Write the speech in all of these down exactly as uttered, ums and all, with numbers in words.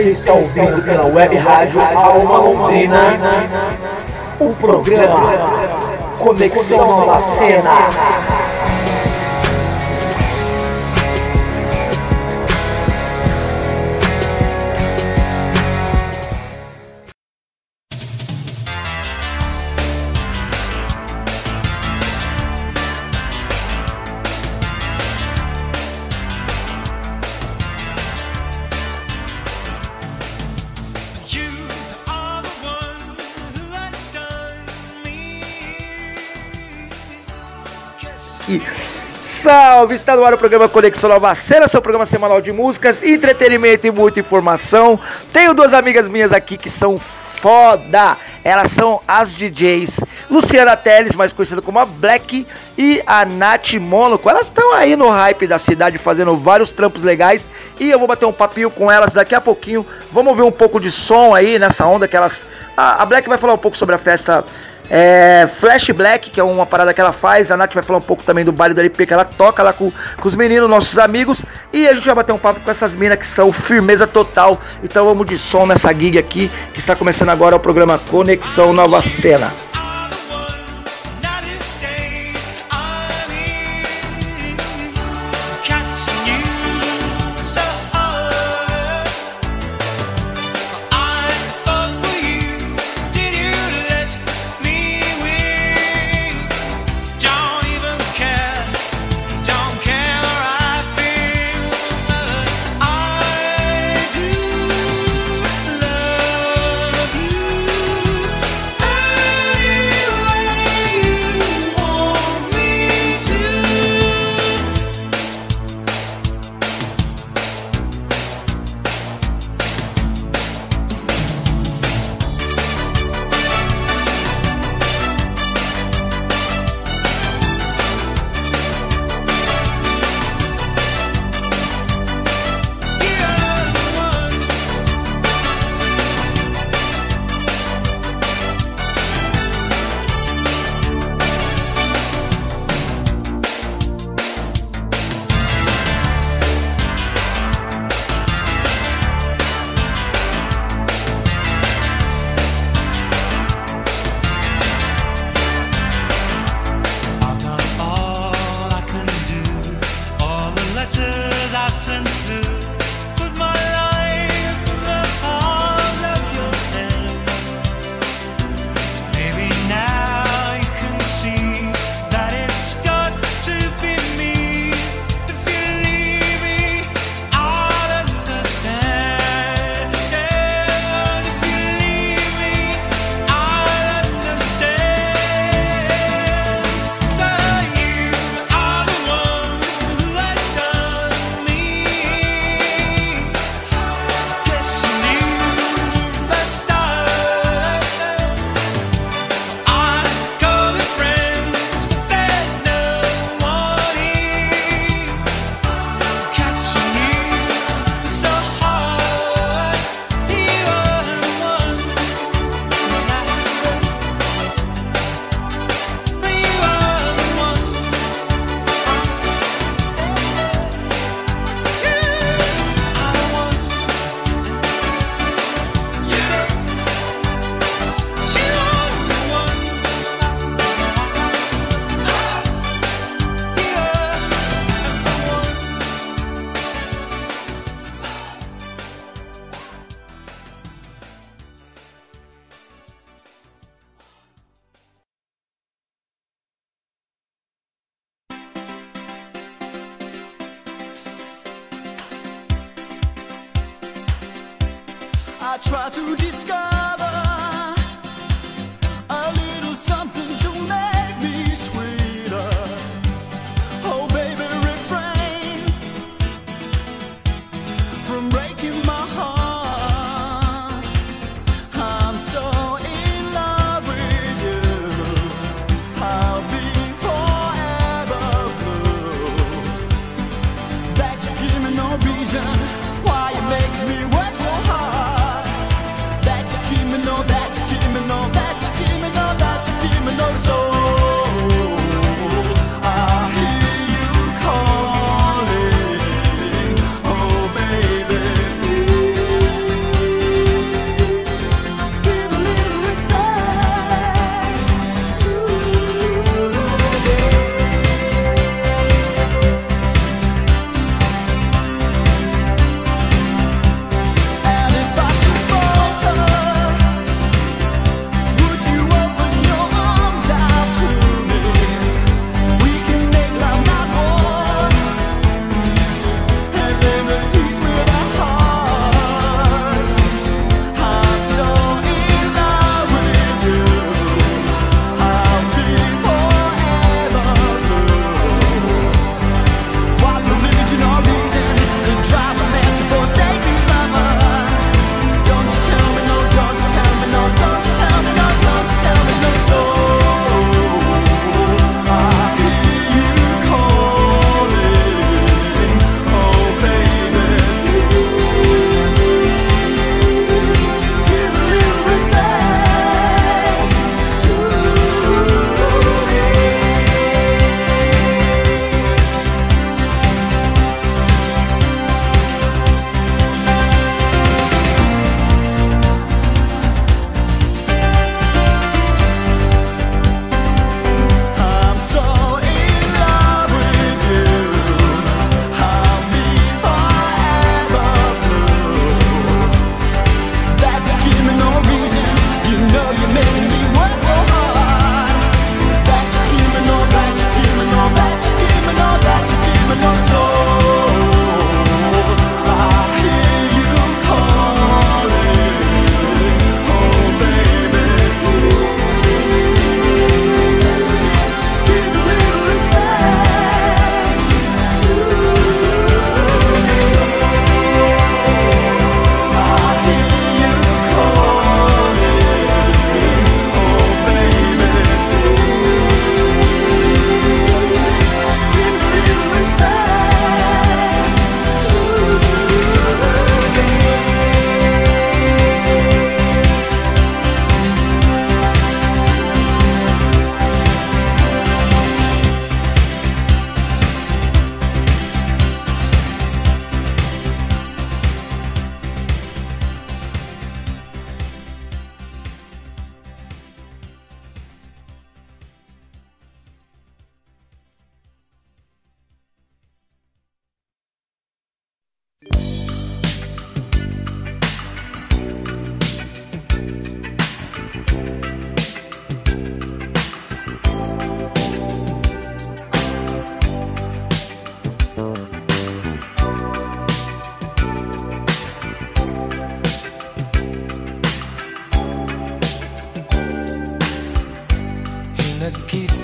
Você está ouvindo pela web rádio Alma Londrina o programa Conexão Nova Cena. Salve, está no ar o programa Conexão Nova Cena, seu programa semanal de músicas, entretenimento e muita informação. Tenho duas amigas minhas aqui que são foda. Elas são as D Js Luciana Teles, mais conhecida como a Black, e a Nath Mônaco. Elas estão aí no hype da cidade fazendo vários trampos legais e eu vou bater um papinho com elas daqui a pouquinho. Vamos ouvir um pouco de som aí nessa onda que elas... A, a Black vai falar um pouco sobre a festa É, Flash Black, que é uma parada que ela faz. A Nath vai falar um pouco também do baile do L P que ela toca lá com, com os meninos, nossos amigos. E a gente vai bater um papo com essas minas que são firmeza total. Então vamos de som nessa gig aqui, que está começando agora o programa Conexão Nova Cena. I try to discover a little something to make me sweeter. Oh baby, refrain from breaking my heart. I'm so in love with you. I'll be forever blue. That you give me no reason why you make me work so hard. That you give me no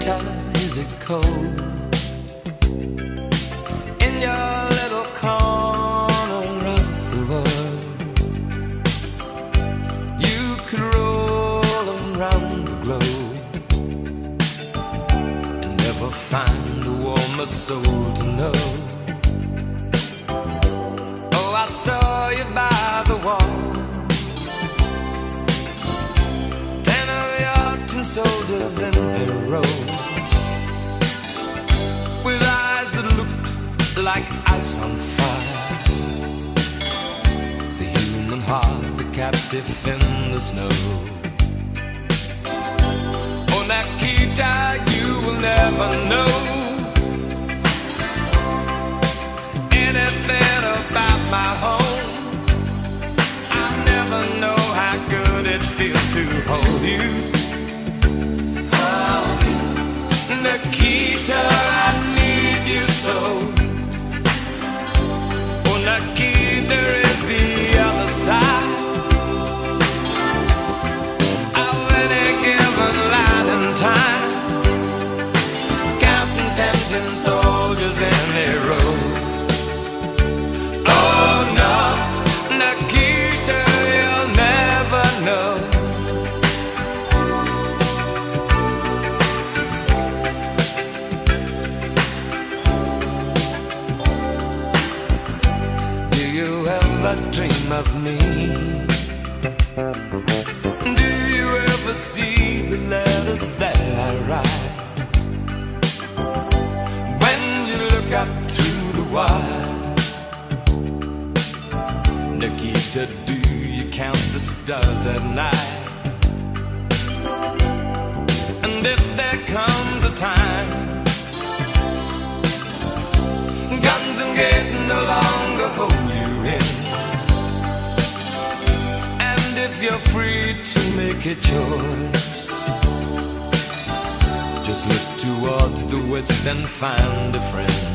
Nikita, is it cold? In your little corner of the world, you could roll around the globe and never find a warmer soul to know. Oh, I saw you by the wall, ten of your tin soldiers in a row, with eyes that looked like ice on fire, the human heart a captive in the snow. Oh, Nikita, you will never know anything about my home. I never know how good it feels to hold you. Oh, Nikita, I need you so. Oh, Nikita is the other side of any given line in time, counting tempting soldiers in a row. Oh no, Nikita, you'll never know. Do you ever dream of me? Do you ever see the letters that I write? When you look up through the wire, Nikita, do you count the stars at night? And if there comes a time guns and gates no longer hold you in, and if you're free to make a choice, just look towards the west and find a friend.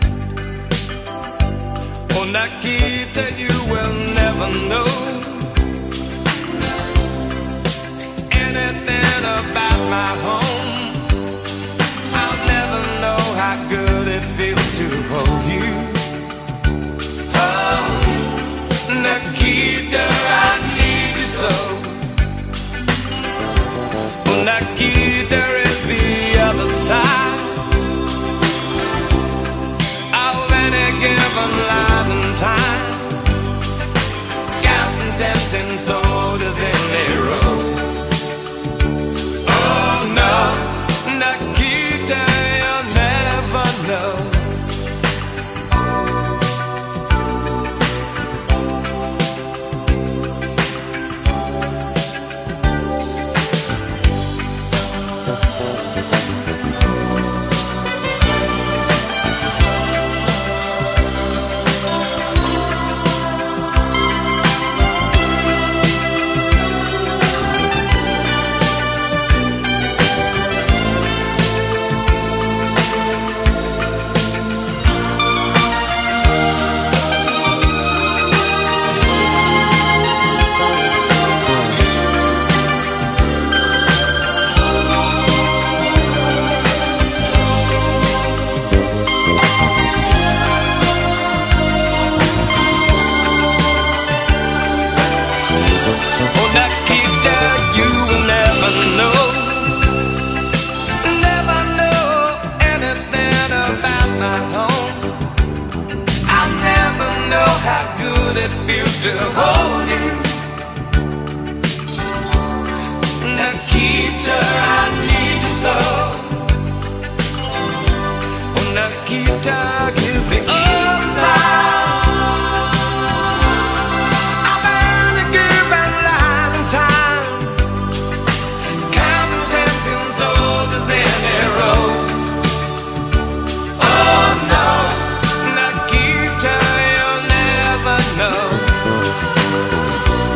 Oh, Nikita, you will never know anything about my home. I'll never know how good it feels to hold you. Oh, Nikita, I need you so. Oh, Nikita is the other side of any given line in time, counting tempting soldiers in a row. Oh no, Nikita, you'll never know. It feels to hold you, Nikita, I need you so. Oh, Nikita is the other side of any given line in time, counting tempting soldiers in a row. Oh no, Nikita, you'll never know.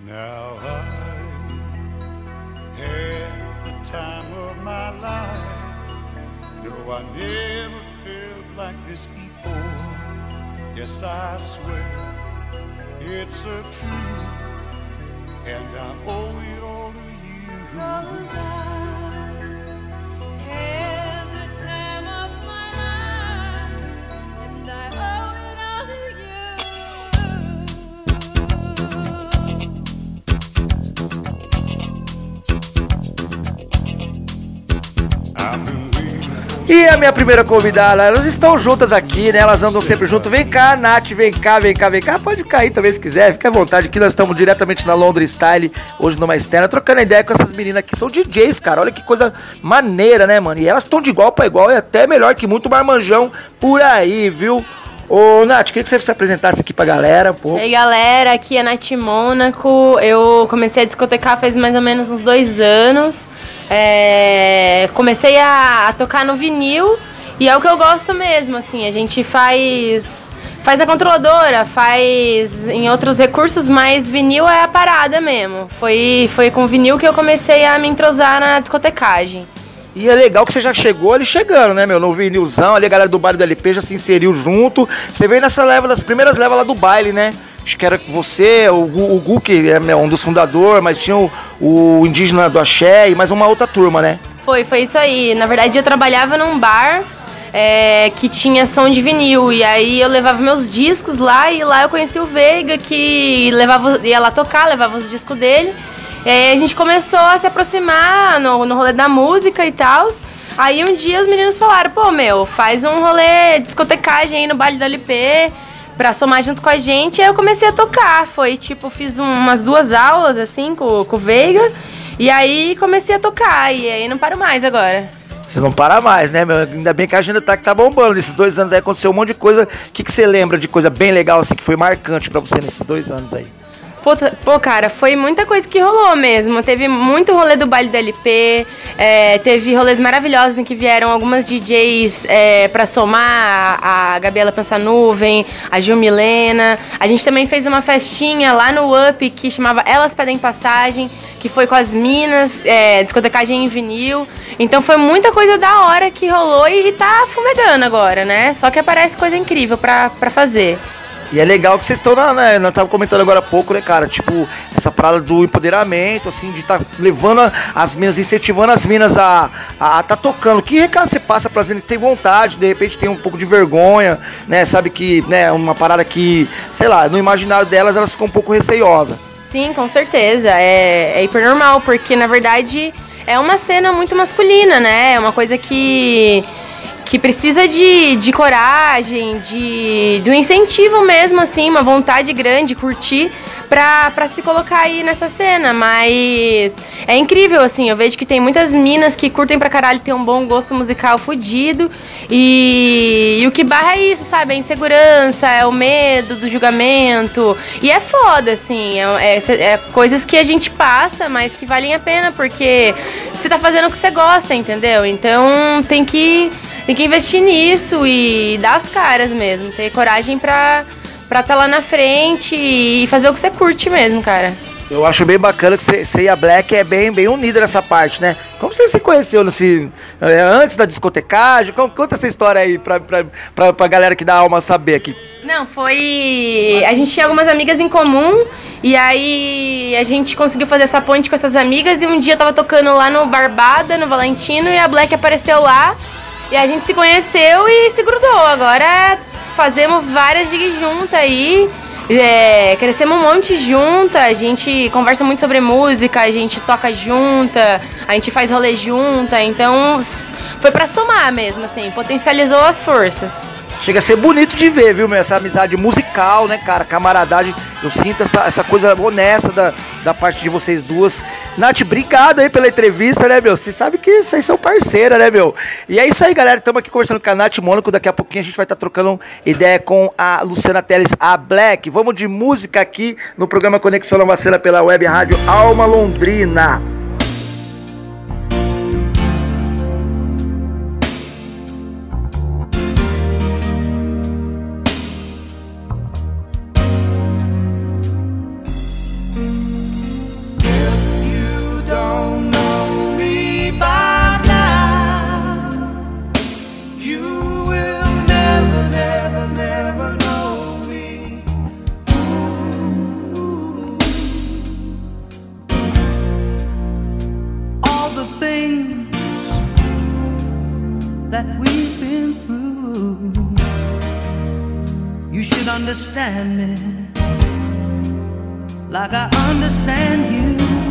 Now I had the time of my life. No, I never felt like this before. Yes, I swear it's a truth, and I owe it all to you. 'Cause I had the time of my life, and I owe it all to you. I've been waiting. E a minha primeira convidada, elas estão juntas aqui, né? Elas andam sempre junto. Vem cá, Nath, vem cá, vem cá, vem cá. Pode cair também se quiser, fica à vontade. Aqui nós estamos diretamente na Londres Style, hoje numa externa, trocando ideia com essas meninas que são D Js, cara. Olha que coisa maneira, né, mano? E elas estão de igual pra igual e até melhor que muito marmanjão por aí, viu? Ô, Nath, queria que você se apresentasse aqui pra galera, pô. E aí, galera, aqui é a Nath Mônaco. Eu comecei a discotecar faz mais ou menos uns dois anos. É, comecei a, a tocar no vinil e é o que eu gosto mesmo, assim, a gente faz, faz na controladora, faz em outros recursos, mas vinil é a parada mesmo. Foi, foi com vinil que eu comecei a me entrosar na discotecagem. E é legal que você já chegou ali chegando, né, meu? No vinilzão, ali a galera do baile do L P já se inseriu junto. Você veio nessa leva, das primeiras levas lá do baile, né? Acho que era você, o Gu, o Gu que é um dos fundadores, mas tinha o, o indígena do Axé e mais uma outra turma, né? Foi, foi isso aí. Na verdade, eu trabalhava num bar é, que tinha som de vinil. E aí eu levava meus discos lá e lá eu conheci o Veiga, que levava, ia lá tocar, levava os discos dele. E aí a gente começou a se aproximar no, no rolê da música e tal. Aí um dia os meninos falaram, pô, meu, faz um rolê de discotecagem aí no baile do L P pra somar junto com a gente. Aí eu comecei a tocar. Foi tipo, fiz um, umas duas aulas assim com, com o Veiga. E aí comecei a tocar. E aí não paro mais agora. Você não para mais, né, meu? Ainda bem que a agenda tá que tá bombando. Nesses dois anos aí aconteceu um monte de coisa. O que, que você lembra de coisa bem legal, assim, que foi marcante pra você nesses dois anos aí? Pô, pô, cara, foi muita coisa que rolou mesmo. Teve muito rolê do baile do L P, é, teve rolês maravilhosos em que vieram algumas D Js é, pra somar, a Gabriela Pensanuvem, a Gil Milena. A gente também fez uma festinha lá no Up que chamava Elas Pedem Passagem, que foi com as minas, é, discotecagem em vinil. Então foi muita coisa da hora que rolou e tá fumegando agora, né? Só que aparece coisa incrível pra, pra fazer. E é legal que vocês estão, na, né, nós tava comentando agora há pouco, né, cara, tipo, essa parada do empoderamento, assim, de estar tá levando a, as minas, incentivando as minas a, a, a tá tocando. Que recado você passa pras minas que tem vontade, de repente tem um pouco de vergonha, né, sabe que, né, uma parada que, sei lá, no imaginário delas, elas ficam um pouco receiosas. Sim, com certeza, é, é hiper normal, porque, na verdade, é uma cena muito masculina, né, é uma coisa que... que precisa de, de coragem, de, de um incentivo mesmo, assim, uma vontade grande, curtir, pra, pra se colocar aí nessa cena, mas é incrível, assim, eu vejo que tem muitas minas que curtem pra caralho, tem um bom gosto musical fudido, e, e o que barra é isso, sabe, a insegurança, é o medo do julgamento, e é foda, assim, é, é, é coisas que a gente passa, mas que valem a pena, porque você tá fazendo o que você gosta, entendeu? Então tem que... Tem que investir nisso e dar as caras mesmo. Ter coragem pra estar tá lá na frente e fazer o que você curte mesmo, cara. Eu acho bem bacana que você e a Black é bem, bem unida nessa parte, né? Como você se conheceu nesse, antes da discotecagem? Conta essa história aí pra, pra, pra, pra galera que dá alma saber aqui. Não, foi... A gente tinha algumas amigas em comum e aí a gente conseguiu fazer essa ponte com essas amigas e um dia eu tava tocando lá no Barbada, no Valentino, e a Black apareceu lá. E a gente se conheceu e se grudou. Agora fazemos várias gigs juntas aí, é, crescemos um monte junta, a gente conversa muito sobre música, a gente toca junta, a gente faz rolê junta, então foi pra somar mesmo, assim, potencializou as forças. Chega a ser bonito de ver, viu, meu? Essa amizade musical, né, cara? Camaradagem. Eu sinto essa, essa coisa honesta da, da parte de vocês duas. Nath, obrigado aí pela entrevista, né, meu? Vocês sabem que vocês são parceiras, né, meu? E é isso aí, galera. Estamos aqui conversando com a Nath Mônaco. Daqui a pouquinho a gente vai estar tá trocando ideia com a Luciana Teles, a Black. Vamos de música aqui no programa Conexão Nova Cena pela Web Rádio Alma Londrina. that we've been through. You should understand me like I understand you.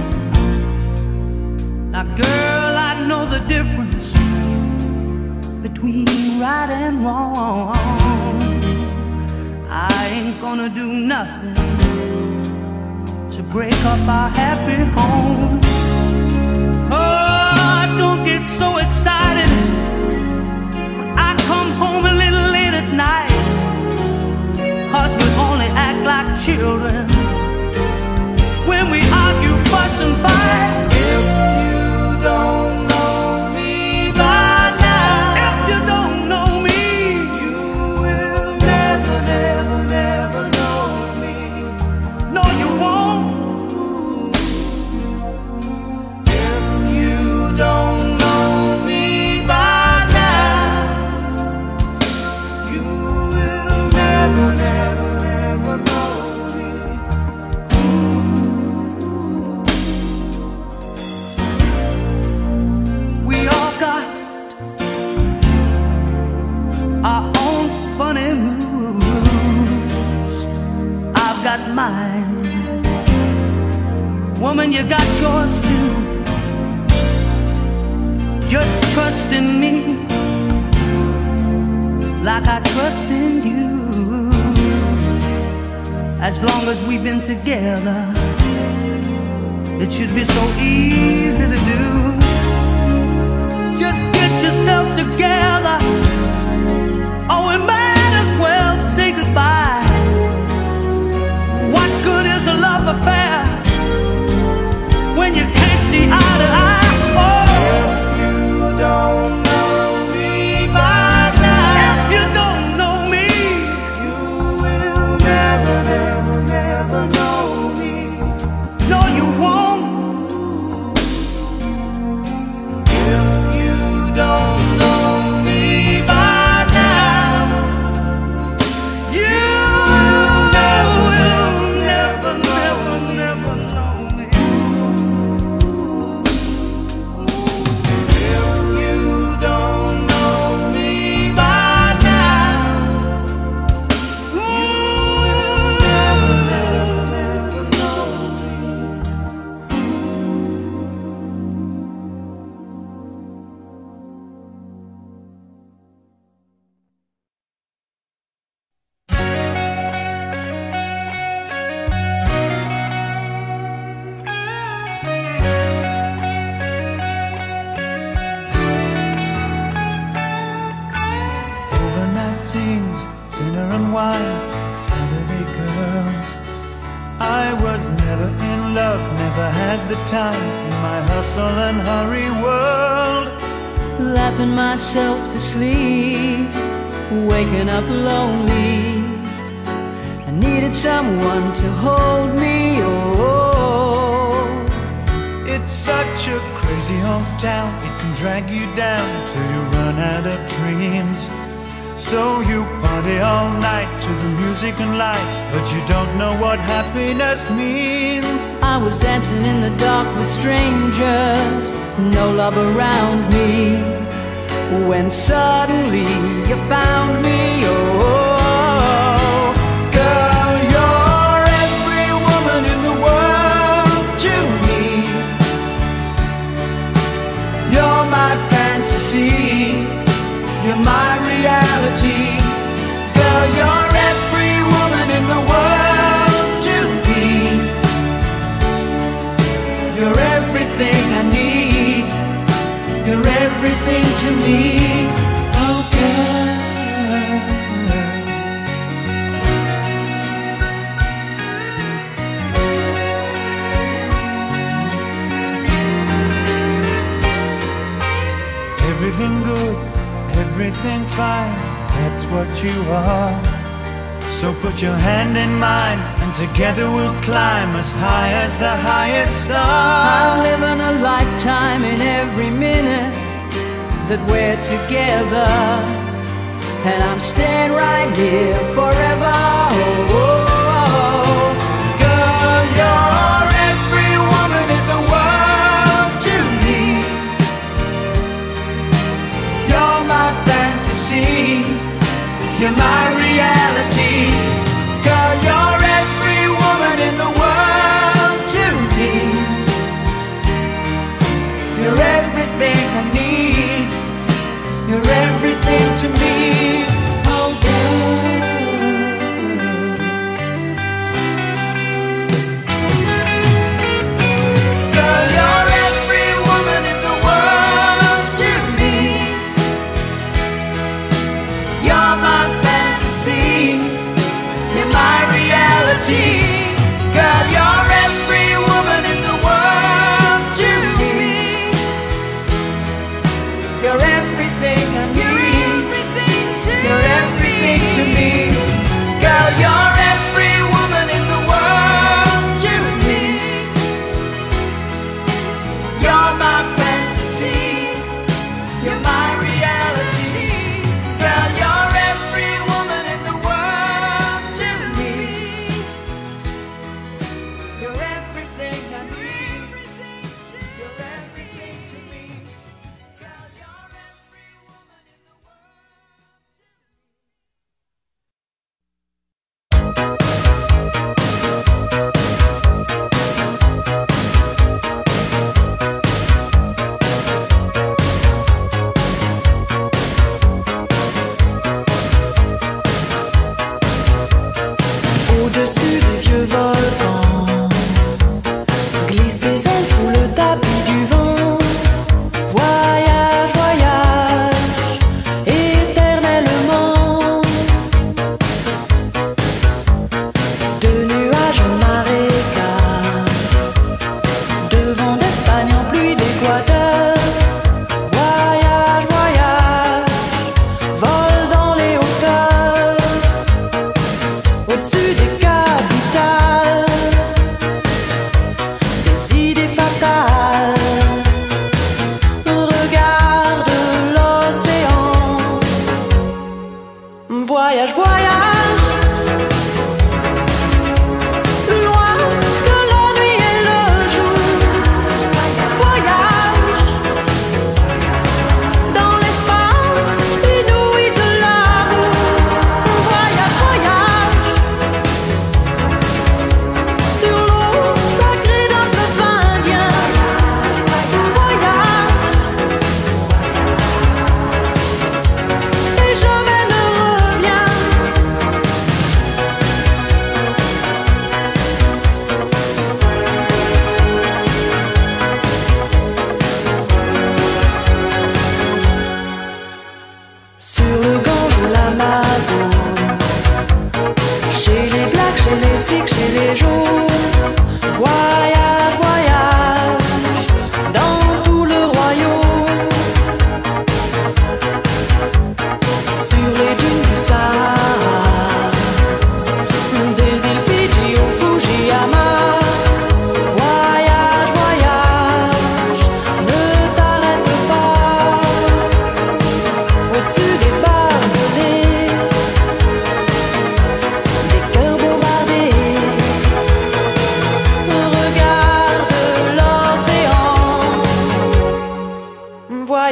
Now girl, I know the difference between right and wrong. I ain't gonna do nothing to break up our happy home. Oh, don't get so excited when I come home a little late at night, 'cause we only act like children when we argue, fuss and fight. If you don't know me by now, if you don't know me, you will never, never, never know me. No, you won't. If you don't know me by now, you will never, never, never know me. We all got our own funny moods. I've got mine. Woman, you got yours too. Just trust in me like I trust in you. As long as we've been together, it should be so easy to do. Just get yourself together, or we might as well say goodbye. What good is a love affair when you can't see eye to eye? Oh, if you don't know me by now, if you don't know me, you will never, never, never know me. No, you won't. If you don't know me by now, you will never, never, never know me. If you don't know me by now, you will never, never, never know me. Overnight scenes, dinner and wine, Saturday girls. I was never in love, never had the time in my hustle and hurry world. Laughing myself to sleep, waking up lonely. I needed someone to hold me. Oh, It's such a crazy old town, it can drag you down till you run out of dreams. So you party all night to the music and lights, but you don't know what happiness means. I was dancing in the dark with strangers, no love around me, when suddenly you found me. Oh, Girl, you're every woman in the world to me. You're my fantasy, you're my reality. Girl, you're every woman in the world to me. You're everything I need, you're everything to me. Oh, girl. Everything good, everything fine, that's what you are. So put your hand in mine, and together we'll climb as high as the highest star. I'm living a lifetime in every minute that we're together, and I'm staying right here forever. Oh, oh, oh. Girl, you're every woman in the world to me. You're my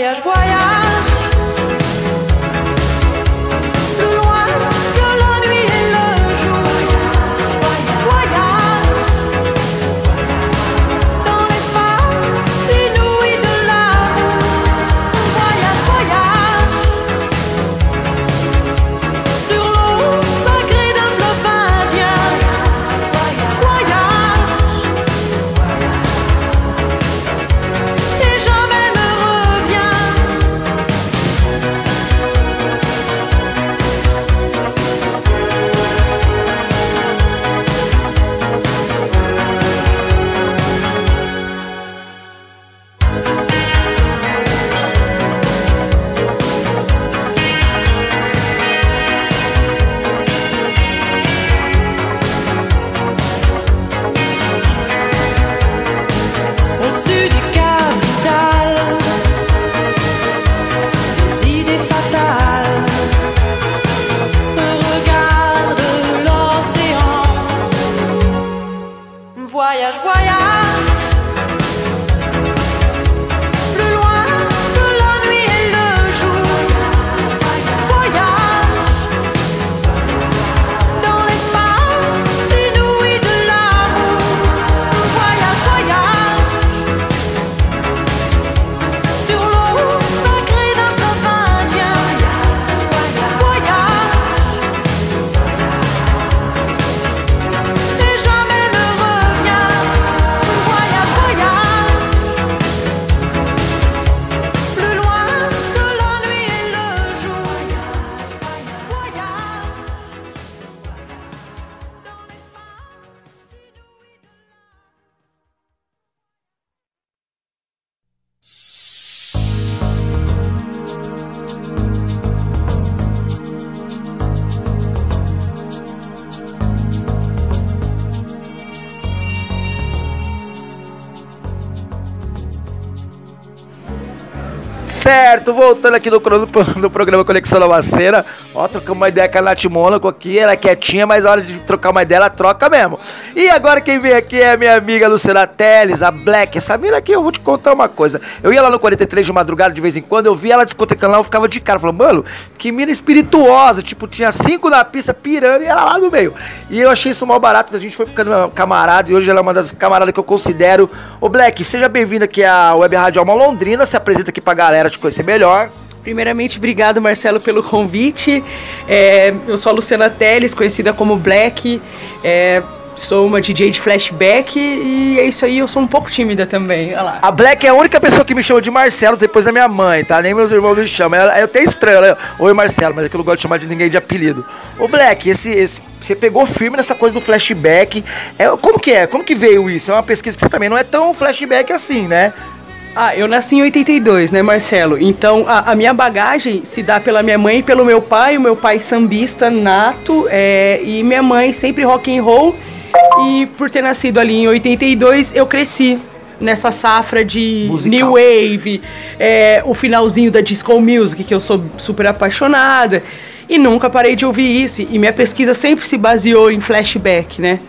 Voyage, voyage, plus loin que la nuit et le jour. Voyage, dans l'espace inouï de l'amour. Voyage, voyage, sur l'eau sacrée d'un fleuve indien. Voyage, et jamais ne revient. Au-dessus du capital, des idées fatales, regarde l'océan. Voyage, voyage, plus loin que la nuit et le jour. Voyage, dans l'espace inouï de l'amour. Voyage, voyage, sur l'eau sacrée d'un fleuve indien. Voyage, et jamais ne revient. Voyage, voyage, plus loin que la nuit et le jour. Voyage, dans Certo, voltando aqui no, no, no programa Conexão Nova Cena. Ó, trocamos uma ideia com a Nath Mônaco aqui, ela é quietinha, mas na hora de trocar uma ideia, ela troca mesmo. E agora quem vem aqui é a minha amiga Luciana Teles, a Black. Essa mina aqui, eu vou te contar uma coisa. Eu ia lá no quarenta e três de madrugada de vez em quando, eu via ela discotecando lá, eu ficava de cara, falando, mano, que mina espirituosa. Tipo, tinha cinco na pista pirando e ela lá no meio. E eu achei isso mal barato, a gente foi ficando uma camarada e hoje ela é uma das camaradas que eu considero. Ô Black, seja bem-vindo aqui à Web Rádio Alma Londrina, se apresenta aqui pra galera te conhecer melhor. Primeiramente, obrigado, Marcelo, pelo convite. É, eu sou a Luciana Teles, conhecida como Black. É, sou uma D J de flashback e é isso aí, eu sou um pouco tímida também. Olha lá. A Black é a única pessoa que me chama de Marcelo depois da minha mãe, tá? Nem meus irmãos me chamam. Ela, eu tenho estranho, né? Oi, Marcelo, mas é que eu não gosto de chamar de ninguém de apelido. Ô, Black, esse, esse, você pegou firme nessa coisa do flashback. É, como que é? Como que veio isso? É uma pesquisa que você também não é tão flashback assim, né? Ah, eu nasci em oitenta e dois, né, Marcelo? Então, a, a minha bagagem se dá pela minha mãe e pelo meu pai. O meu pai sambista nato, é, e minha mãe sempre rock and roll. E por ter nascido ali em oitenta e dois, eu cresci nessa safra de musical. New Wave, é, o finalzinho da Disco Music, que eu sou super apaixonada. E nunca parei de ouvir isso. E minha pesquisa sempre se baseou em flashback, né?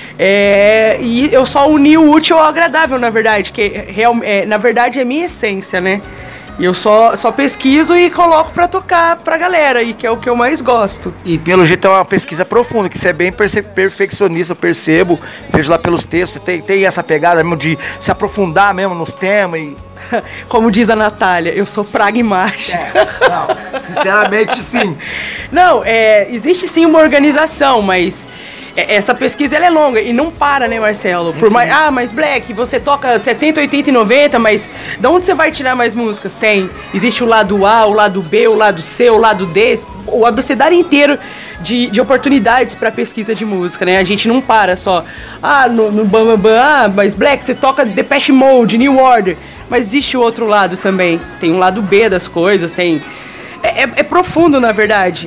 É, e eu só uni o útil ao agradável, na verdade, que real, é, na verdade é minha essência, né? E eu só, só pesquiso e coloco pra tocar pra galera, e que é o que eu mais gosto. E pelo jeito é uma pesquisa profunda, que você é bem perce- perfeccionista, eu percebo, vejo lá pelos textos, tem, tem essa pegada mesmo de se aprofundar mesmo nos temas e... Como diz a Natália, eu sou pragmática. É, não, sinceramente sim. Não, é, existe sim uma organização, mas... Essa pesquisa ela é longa e não para, né, Marcelo? Por mais, ah, mas Black, você toca setenta, oitenta e noventa, mas de onde você vai tirar mais músicas? Tem, existe o lado A, o lado B, o lado C, o lado D, o abecedário inteiro de, de oportunidades para pesquisa de música, né? A gente não para só, ah, no, no Bam Bam Bam, ah, mas Black, você toca Depeche Mode, New Order, mas existe o outro lado também, tem um lado B das coisas, tem... É, é, é profundo, na verdade.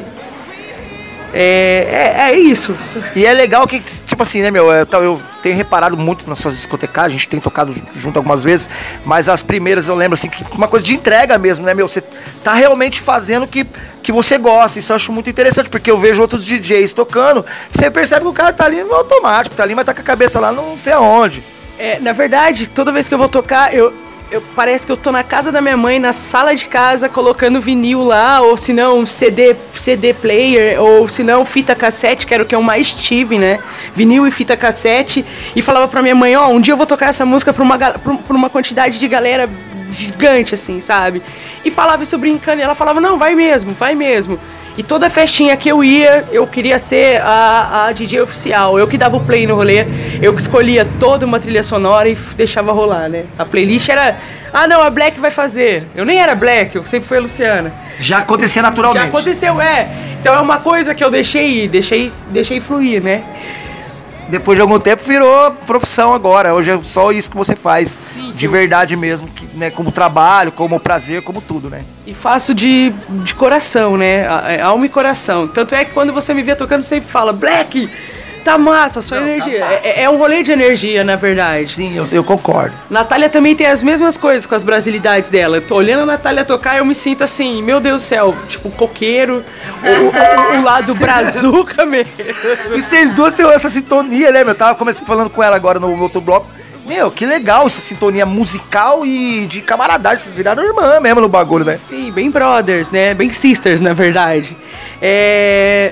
É, é, é isso. E é legal que, tipo assim, né, meu, eu, eu tenho reparado muito nas suas discotecagens, a gente tem tocado junto algumas vezes, mas as primeiras eu lembro, assim, que uma coisa de entrega mesmo, né, meu, você tá realmente fazendo o que, que você gosta, isso eu acho muito interessante, porque eu vejo outros D Js tocando, você percebe que o cara tá ali no automático, tá ali, mas tá com a cabeça lá não sei aonde. É, na verdade, toda vez que eu vou tocar, eu... eu, parece que eu tô na casa da minha mãe, na sala de casa, colocando vinil lá, ou se não, C D, C D player, ou se não, fita cassete, que era o que eu mais tive, né? Vinil e fita cassete, e falava pra minha mãe, ó, oh, um dia eu vou tocar essa música pra uma, pra uma quantidade de galera gigante, assim, sabe? E falava isso brincando, e ela falava, não, vai mesmo, vai mesmo. E toda festinha que eu ia, eu queria ser a, a D J oficial. Eu que dava o play no rolê, eu que escolhia toda uma trilha sonora e deixava rolar, né? A playlist era, ah não, a Black vai fazer. Eu nem era Black, eu sempre fui a Luciana. Já acontecia naturalmente. Já aconteceu, é. Então é uma coisa que eu deixei ir, deixei, deixei fluir, né? Depois de algum tempo virou profissão agora. Hoje é só isso que você faz. Sim, de eu... verdade mesmo, que, né, como trabalho, como prazer, como tudo, né? E faço de, de coração, né? Alma e coração. Tanto é que quando você me vê tocando, sempre fala, Black, tá massa, sua Não, energia. Tá massa. É, é um rolê de energia, na verdade. Sim, eu, eu concordo. Natália também tem as mesmas coisas com as brasilidades dela. Eu tô olhando a Natália tocar, eu me sinto assim, meu Deus do céu, tipo, coqueiro, o, o, o lado brazuca mesmo. E vocês duas têm essa sintonia, né, meu? Eu tava falando com ela agora no outro bloco. Meu, que legal essa sintonia musical e de camaradagem. Vocês viraram irmã mesmo no bagulho, sim, né? Sim, bem brothers, né? Bem sisters, na verdade. É...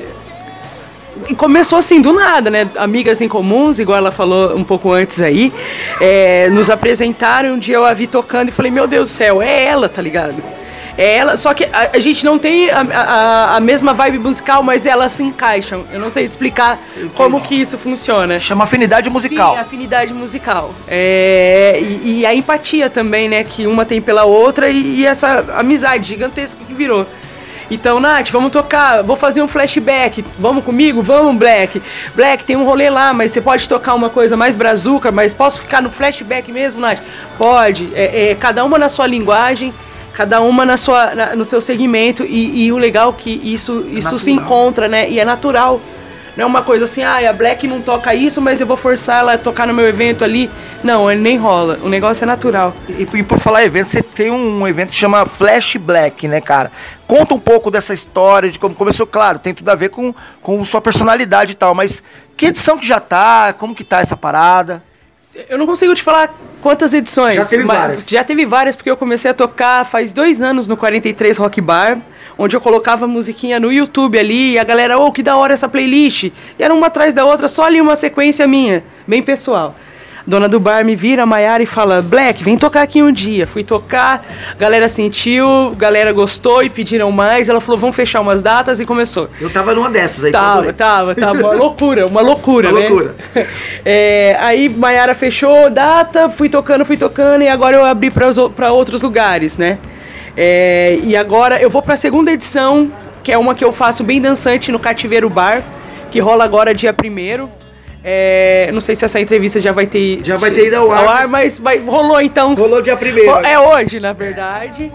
E começou assim, do nada, né? Amigas em comuns, igual ela falou um pouco antes aí. É... Nos apresentaram, um dia eu a vi tocando e falei, meu Deus do céu, é ela, tá ligado? É ela, só que a, a gente não tem a, a, a mesma vibe musical, mas elas se encaixam. Eu não sei explicar como que isso funciona. Chama afinidade musical. Sim, afinidade musical. É, e, e a empatia também, né? Que uma tem pela outra e, e essa amizade gigantesca que virou. Então, Nath, vamos tocar, vou fazer um flashback, vamos comigo? Vamos, Black. Black, tem um rolê lá, mas você pode tocar uma coisa mais brazuca, mas posso ficar no flashback mesmo, Nath? Pode, é, é, cada uma na sua linguagem, cada uma na sua, na, no seu segmento, e, e o legal é que isso, é isso se encontra, né? E é natural. Não é uma coisa assim, ah, a Black não toca isso, mas eu vou forçar ela a tocar no meu evento ali. Não, ele nem rola. O negócio é natural. E, e por falar em evento, você tem um evento que chama Flash Black, né, cara? Conta um pouco dessa história, de como começou. Claro, tem tudo a ver com, com sua personalidade e tal, mas que edição que já tá? Como que tá essa parada? Eu não consigo te falar quantas edições. Já teve várias. Já teve várias, porque eu comecei a tocar faz dois anos no quarenta e três Rock Bar, onde eu colocava musiquinha no YouTube ali, e a galera, ô, oh, que da hora essa playlist. E era uma atrás da outra, só ali uma sequência minha, bem pessoal. Dona do bar me vira, a Maiara, e fala, Black, vem tocar aqui um dia. Fui tocar, galera sentiu, galera gostou e pediram mais. Ela falou, vamos fechar umas datas, e começou. Eu tava numa dessas aí. Tava, tava, tava. Uma loucura, uma loucura, uma né? loucura. É, aí Maiara fechou data, fui tocando, fui tocando, e agora eu abri para outros lugares, né? É, e agora eu vou para a segunda edição, que é uma que eu faço bem dançante no Cativeiro Bar, que rola agora dia primeiro. É, não sei se essa entrevista já vai ter já vai ter ido ao ar, ao ar mas vai, rolou então. Rolou dia primeiro. É hoje, na verdade.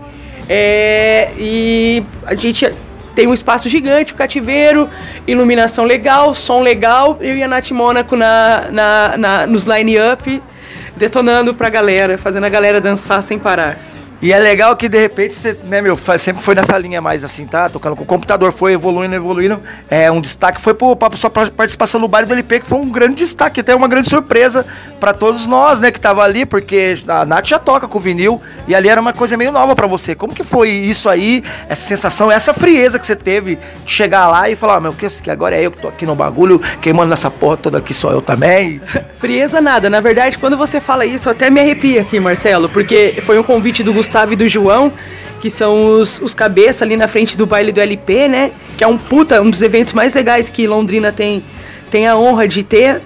É, e a gente tem um espaço gigante, o Cativeiro, iluminação legal, som legal. Eu e a Nath Mônaco na, na, na, nos line-up, detonando pra galera, fazendo a galera dançar sem parar. E é legal que de repente você, né, meu, sempre foi nessa linha mais assim, tá? Tocando com o computador, foi evoluindo, evoluindo. É, um destaque foi pro, pra sua participação no baile do L P, que foi um grande destaque, até uma grande surpresa pra todos nós, né, que tava ali, porque a Nath já toca com vinil, e ali era uma coisa meio nova pra você. Como que foi isso aí, essa sensação, essa frieza que você teve de chegar lá e falar, ah, meu, que, que agora é eu que tô aqui no bagulho, queimando nessa porra toda aqui, só eu também? Frieza nada, na verdade, quando você fala isso, eu até me arrepia aqui, Marcelo, porque foi um convite do Gustavo Gustavo e do João, que são os, os cabeças ali na frente do baile do L P, né? Que é um puta, um dos eventos mais legais que Londrina tem, tem a honra de ter.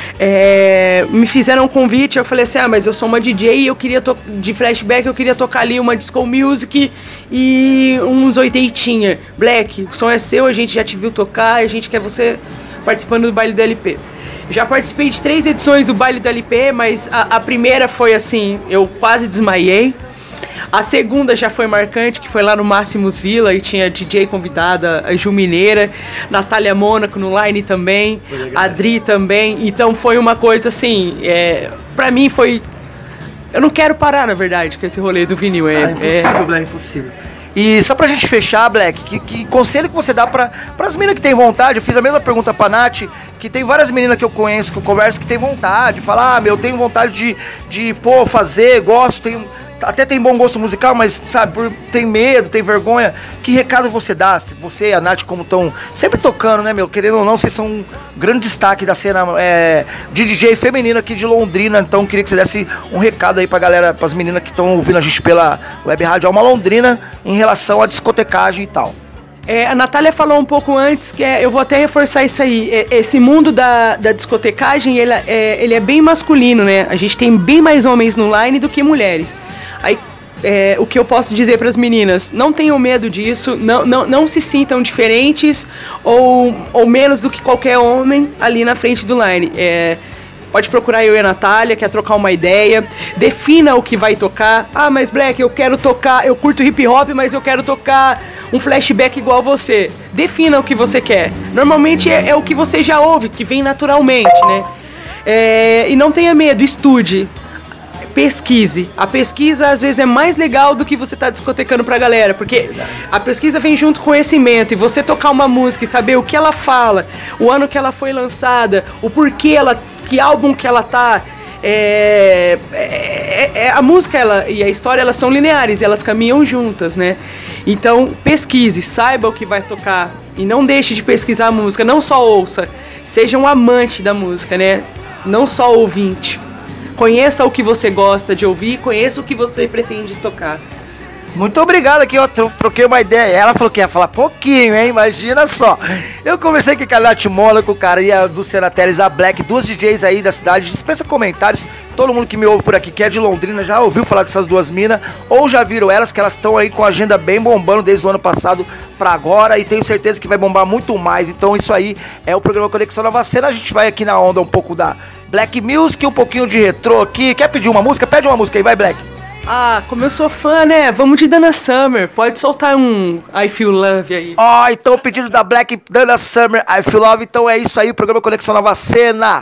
É, me fizeram um convite, eu falei assim, ah, mas eu sou uma D J e eu queria to- de flashback, eu queria tocar ali uma disco music e uns oitentinha. Black, o som é seu, a gente já te viu tocar, a gente quer você participando do baile do L P. Já participei de três edições do baile do L P, mas a, a primeira foi assim, eu quase desmaiei. A segunda já foi marcante, que foi lá no Máximos Villa, e tinha D J convidada, a Ju Mineira, Natália Mônaco no line também, a Dri também. Então foi uma coisa assim, é, pra mim foi... Eu não quero parar, na verdade, com esse rolê do vinil. É, ah, impossível, é... Black, impossível. E só pra gente fechar, Black, que, que conselho que você dá pra, pras meninas que tem vontade? Eu fiz a mesma pergunta pra Nath, que tem várias meninas que eu conheço, que eu converso, que tem vontade, falar, ah, meu, eu tenho vontade de, de pô, fazer, gosto, tenho... até tem bom gosto musical, mas, sabe, por, tem medo, tem vergonha. Que recado você dá? Você e a Nath, como estão sempre tocando, né, meu? Querendo ou não, vocês são um grande destaque da cena é, de D J feminina aqui de Londrina. Então, queria que você desse um recado aí pra galera, pras meninas que estão ouvindo a gente pela Web Rádio Alma Londrina em relação à discotecagem e tal. É, a Natália falou um pouco antes, que é, eu vou até reforçar isso aí, é, esse mundo da, da discotecagem, ele é, ele é bem masculino, né? A gente tem bem mais homens no line do que mulheres. Aí, é, o que eu posso dizer para as meninas, não tenham medo disso, não, não, não se sintam diferentes ou, ou menos do que qualquer homem ali na frente do line. É, pode procurar eu e a Natália, quer trocar uma ideia, defina o que vai tocar. Ah, mas Black, eu quero tocar, eu curto hip hop, mas eu quero tocar um flashback igual você. Defina o que você quer. Normalmente é, é o que você já ouve, que vem naturalmente, né? É, e não tenha medo, estude. Pesquise. A pesquisa às vezes é mais legal do que você tá discotecando pra galera, porque a pesquisa vem junto com conhecimento, e você tocar uma música e saber o que ela fala, o ano que ela foi lançada, o porquê ela, que álbum que ela tá. É, é, é, a música ela, e a história elas são lineares, elas caminham juntas, né? Então pesquise, saiba o que vai tocar e não deixe de pesquisar a música, não só ouça, seja um amante da música, né? Não só ouvinte. Conheça o que você gosta de ouvir, conheça o que você pretende tocar. Muito obrigado aqui, eu troquei uma ideia. Ela falou que ia falar pouquinho, hein? Imagina só. Eu conversei com a Nath Mônaco, cara, e a Luciana Teles, a Black, duas D Js aí da cidade. Dispensa comentários. Todo mundo que me ouve por aqui, que é de Londrina, já ouviu falar dessas duas minas, ou já viram elas, que elas estão aí com a agenda bem bombando desde o ano passado pra agora, e tenho certeza que vai bombar muito mais. Então isso aí é o programa Conexão Nova Cena. A gente vai aqui na onda um pouco da Black Music, um pouquinho de retrô aqui. Quer pedir uma música? Pede uma música aí, vai, Black. Ah, como eu sou fã, né? Vamos de Dana Summer. Pode soltar um I Feel Love aí. Ó, oh, então o pedido da Black, Dana Summer, I Feel Love. Então é isso aí, o programa Conexão Nova Cena.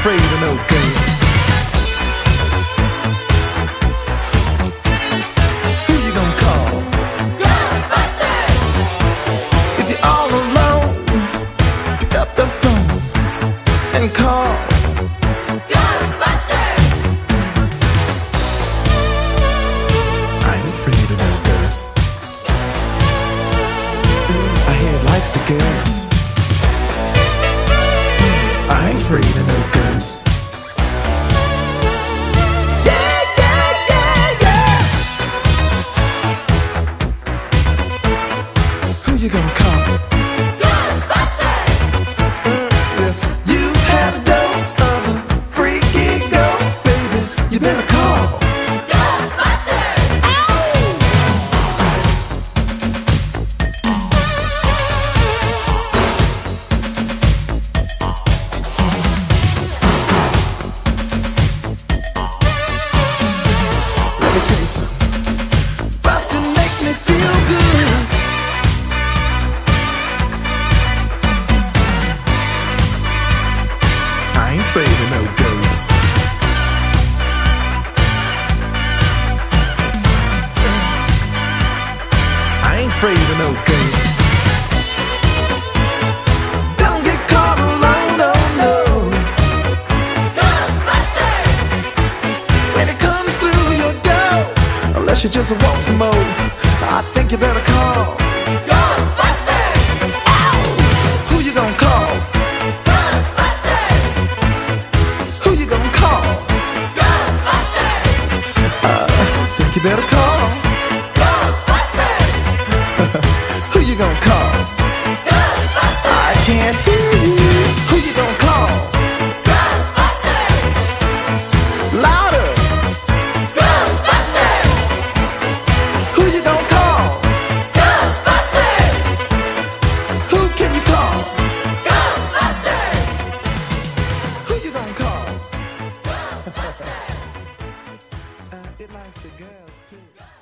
afraid of no ghosts. Who you gonna call? Ghostbusters! If you're all alone, pick up the phone and call Ghostbusters! I ain't afraid of no ghosts. I hear it likes the girls. I ain't afraid of no ghosts. Yeah, yeah, yeah, yeah. Who you gonna call? Ghostbusters! If you had a dose of a freaky ghost, baby, you better call Ghostbusters! Ow! Let me tell you something. Bustin' makes me feel good. I ain't afraid of no ghosts. I ain't afraid of no ghosts. Don't get caught alone, oh no. Ghostbusters! When it comes through your door, unless you just want some more, I think you better call Ghostbusters! Ow! Who you gonna call? Ghostbusters! Who you gonna call? Ghostbusters! I think you better call Ghostbusters! Who you gonna call? Ghostbusters! I can't hear you. Who you gonna call? Ghostbusters! Louder! Ghostbusters! Who you gonna call? Ghostbusters! Who can you call? Ghostbusters! Who you gonna call? Ghostbusters! uh, it likes the girls too.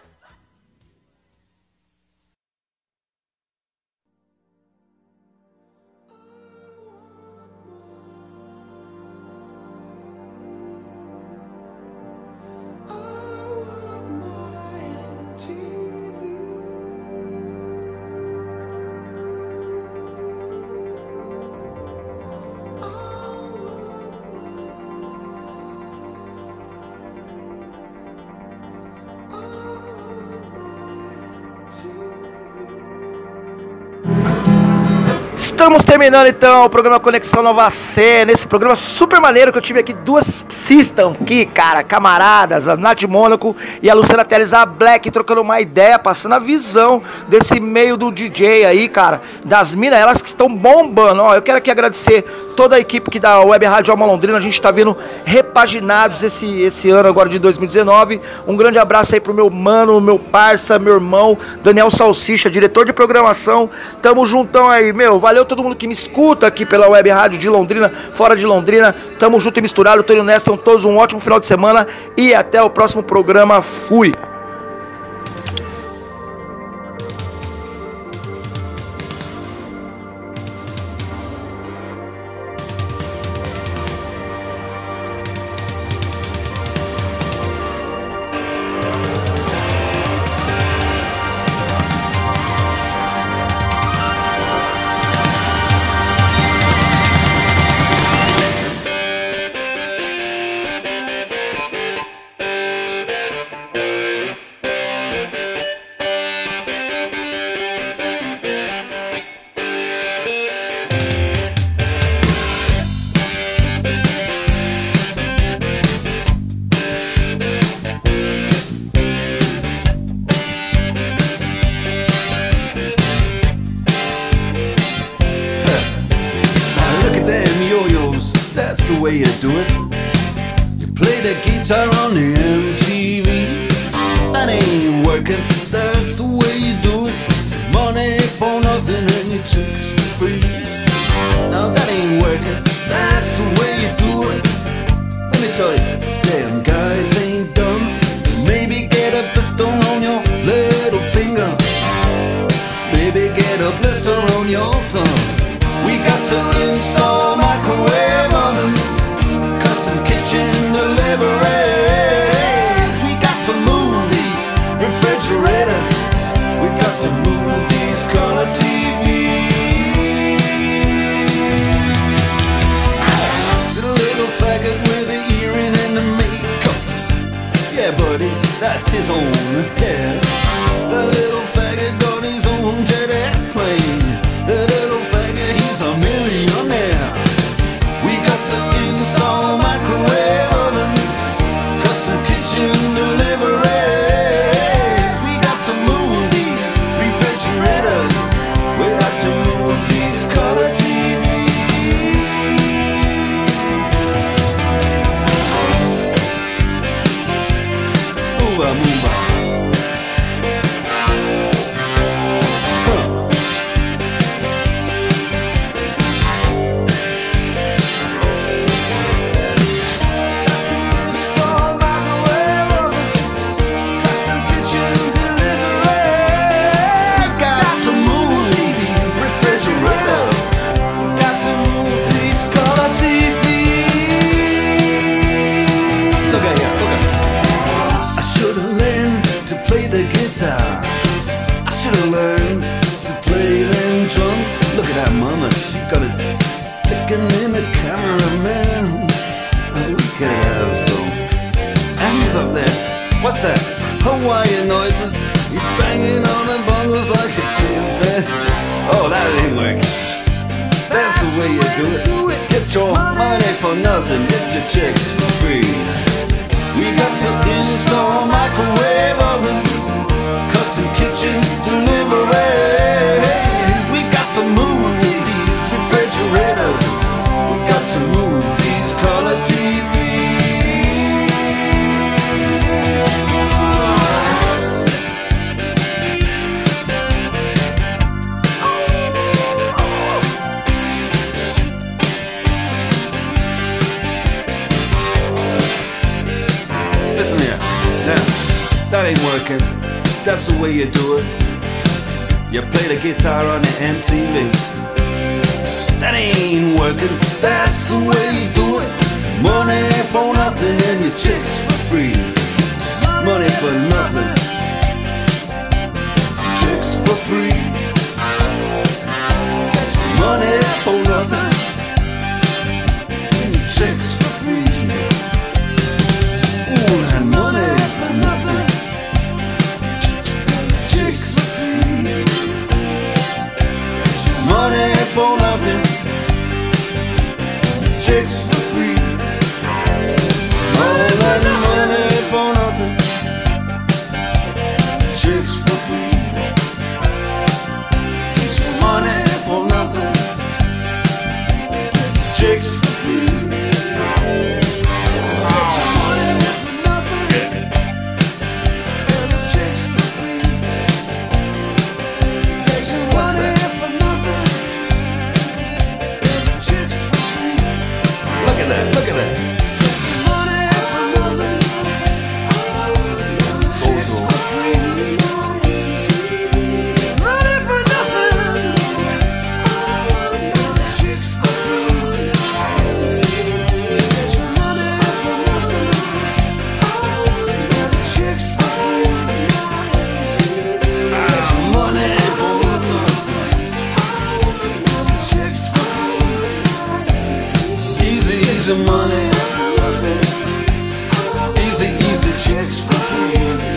Estamos terminando então o programa Conexão Nova Cena, esse programa super maneiro que eu tive aqui duas sistam aqui, cara, camaradas, a Nath Mônaco e a Luciana Teles, a Black, trocando uma ideia, passando a visão desse meio do D J aí, cara, das minas, elas que estão bombando, ó, eu quero aqui agradecer toda a equipe que da Web Rádio Alma Londrina, a gente tá vindo repaginados esse, esse ano agora de dois mil e dezenove, um grande abraço aí pro meu mano, meu parça, meu irmão, Daniel Salsicha, diretor de programação, tamo juntão aí, meu, valeu todo mundo que me escuta aqui pela Web Rádio de Londrina, fora de Londrina, tamo junto e misturado, Tony Nesto, tenham todos um ótimo final de semana e até o próximo programa, fui! way you do it. You play the guitar on the M T V. That ain't working, that's the way you do it. Money for nothing and your chicks for free. Now that ain't working, that's the way you do it. Let me tell you, damn guys ain't dumb. Maybe get a blister on your little finger. Maybe get a blister on your thumb. We got to install microwave ovens, the way you do it. Get your money for nothing, get your chicks for free. We got to install microwave oven, custom kitchen deliveries. We got to move these refrigerators. We got to move these color T Vs. Listen here, now, that ain't working. That's the way you do it. You play the guitar on the M T V. That ain't working. That's the way you do it. Money for nothing and your chicks for free. Money for nothing, chicks for free. Money for nothing, and your chicks for free. Ooh, that money for nothing, chicks for free. Money for nothing, chicks for free. Money, money, money for nothing, chicks for free. Money for nothing, chicks for free. Look at that. Easy money, easy, easy chicks for free.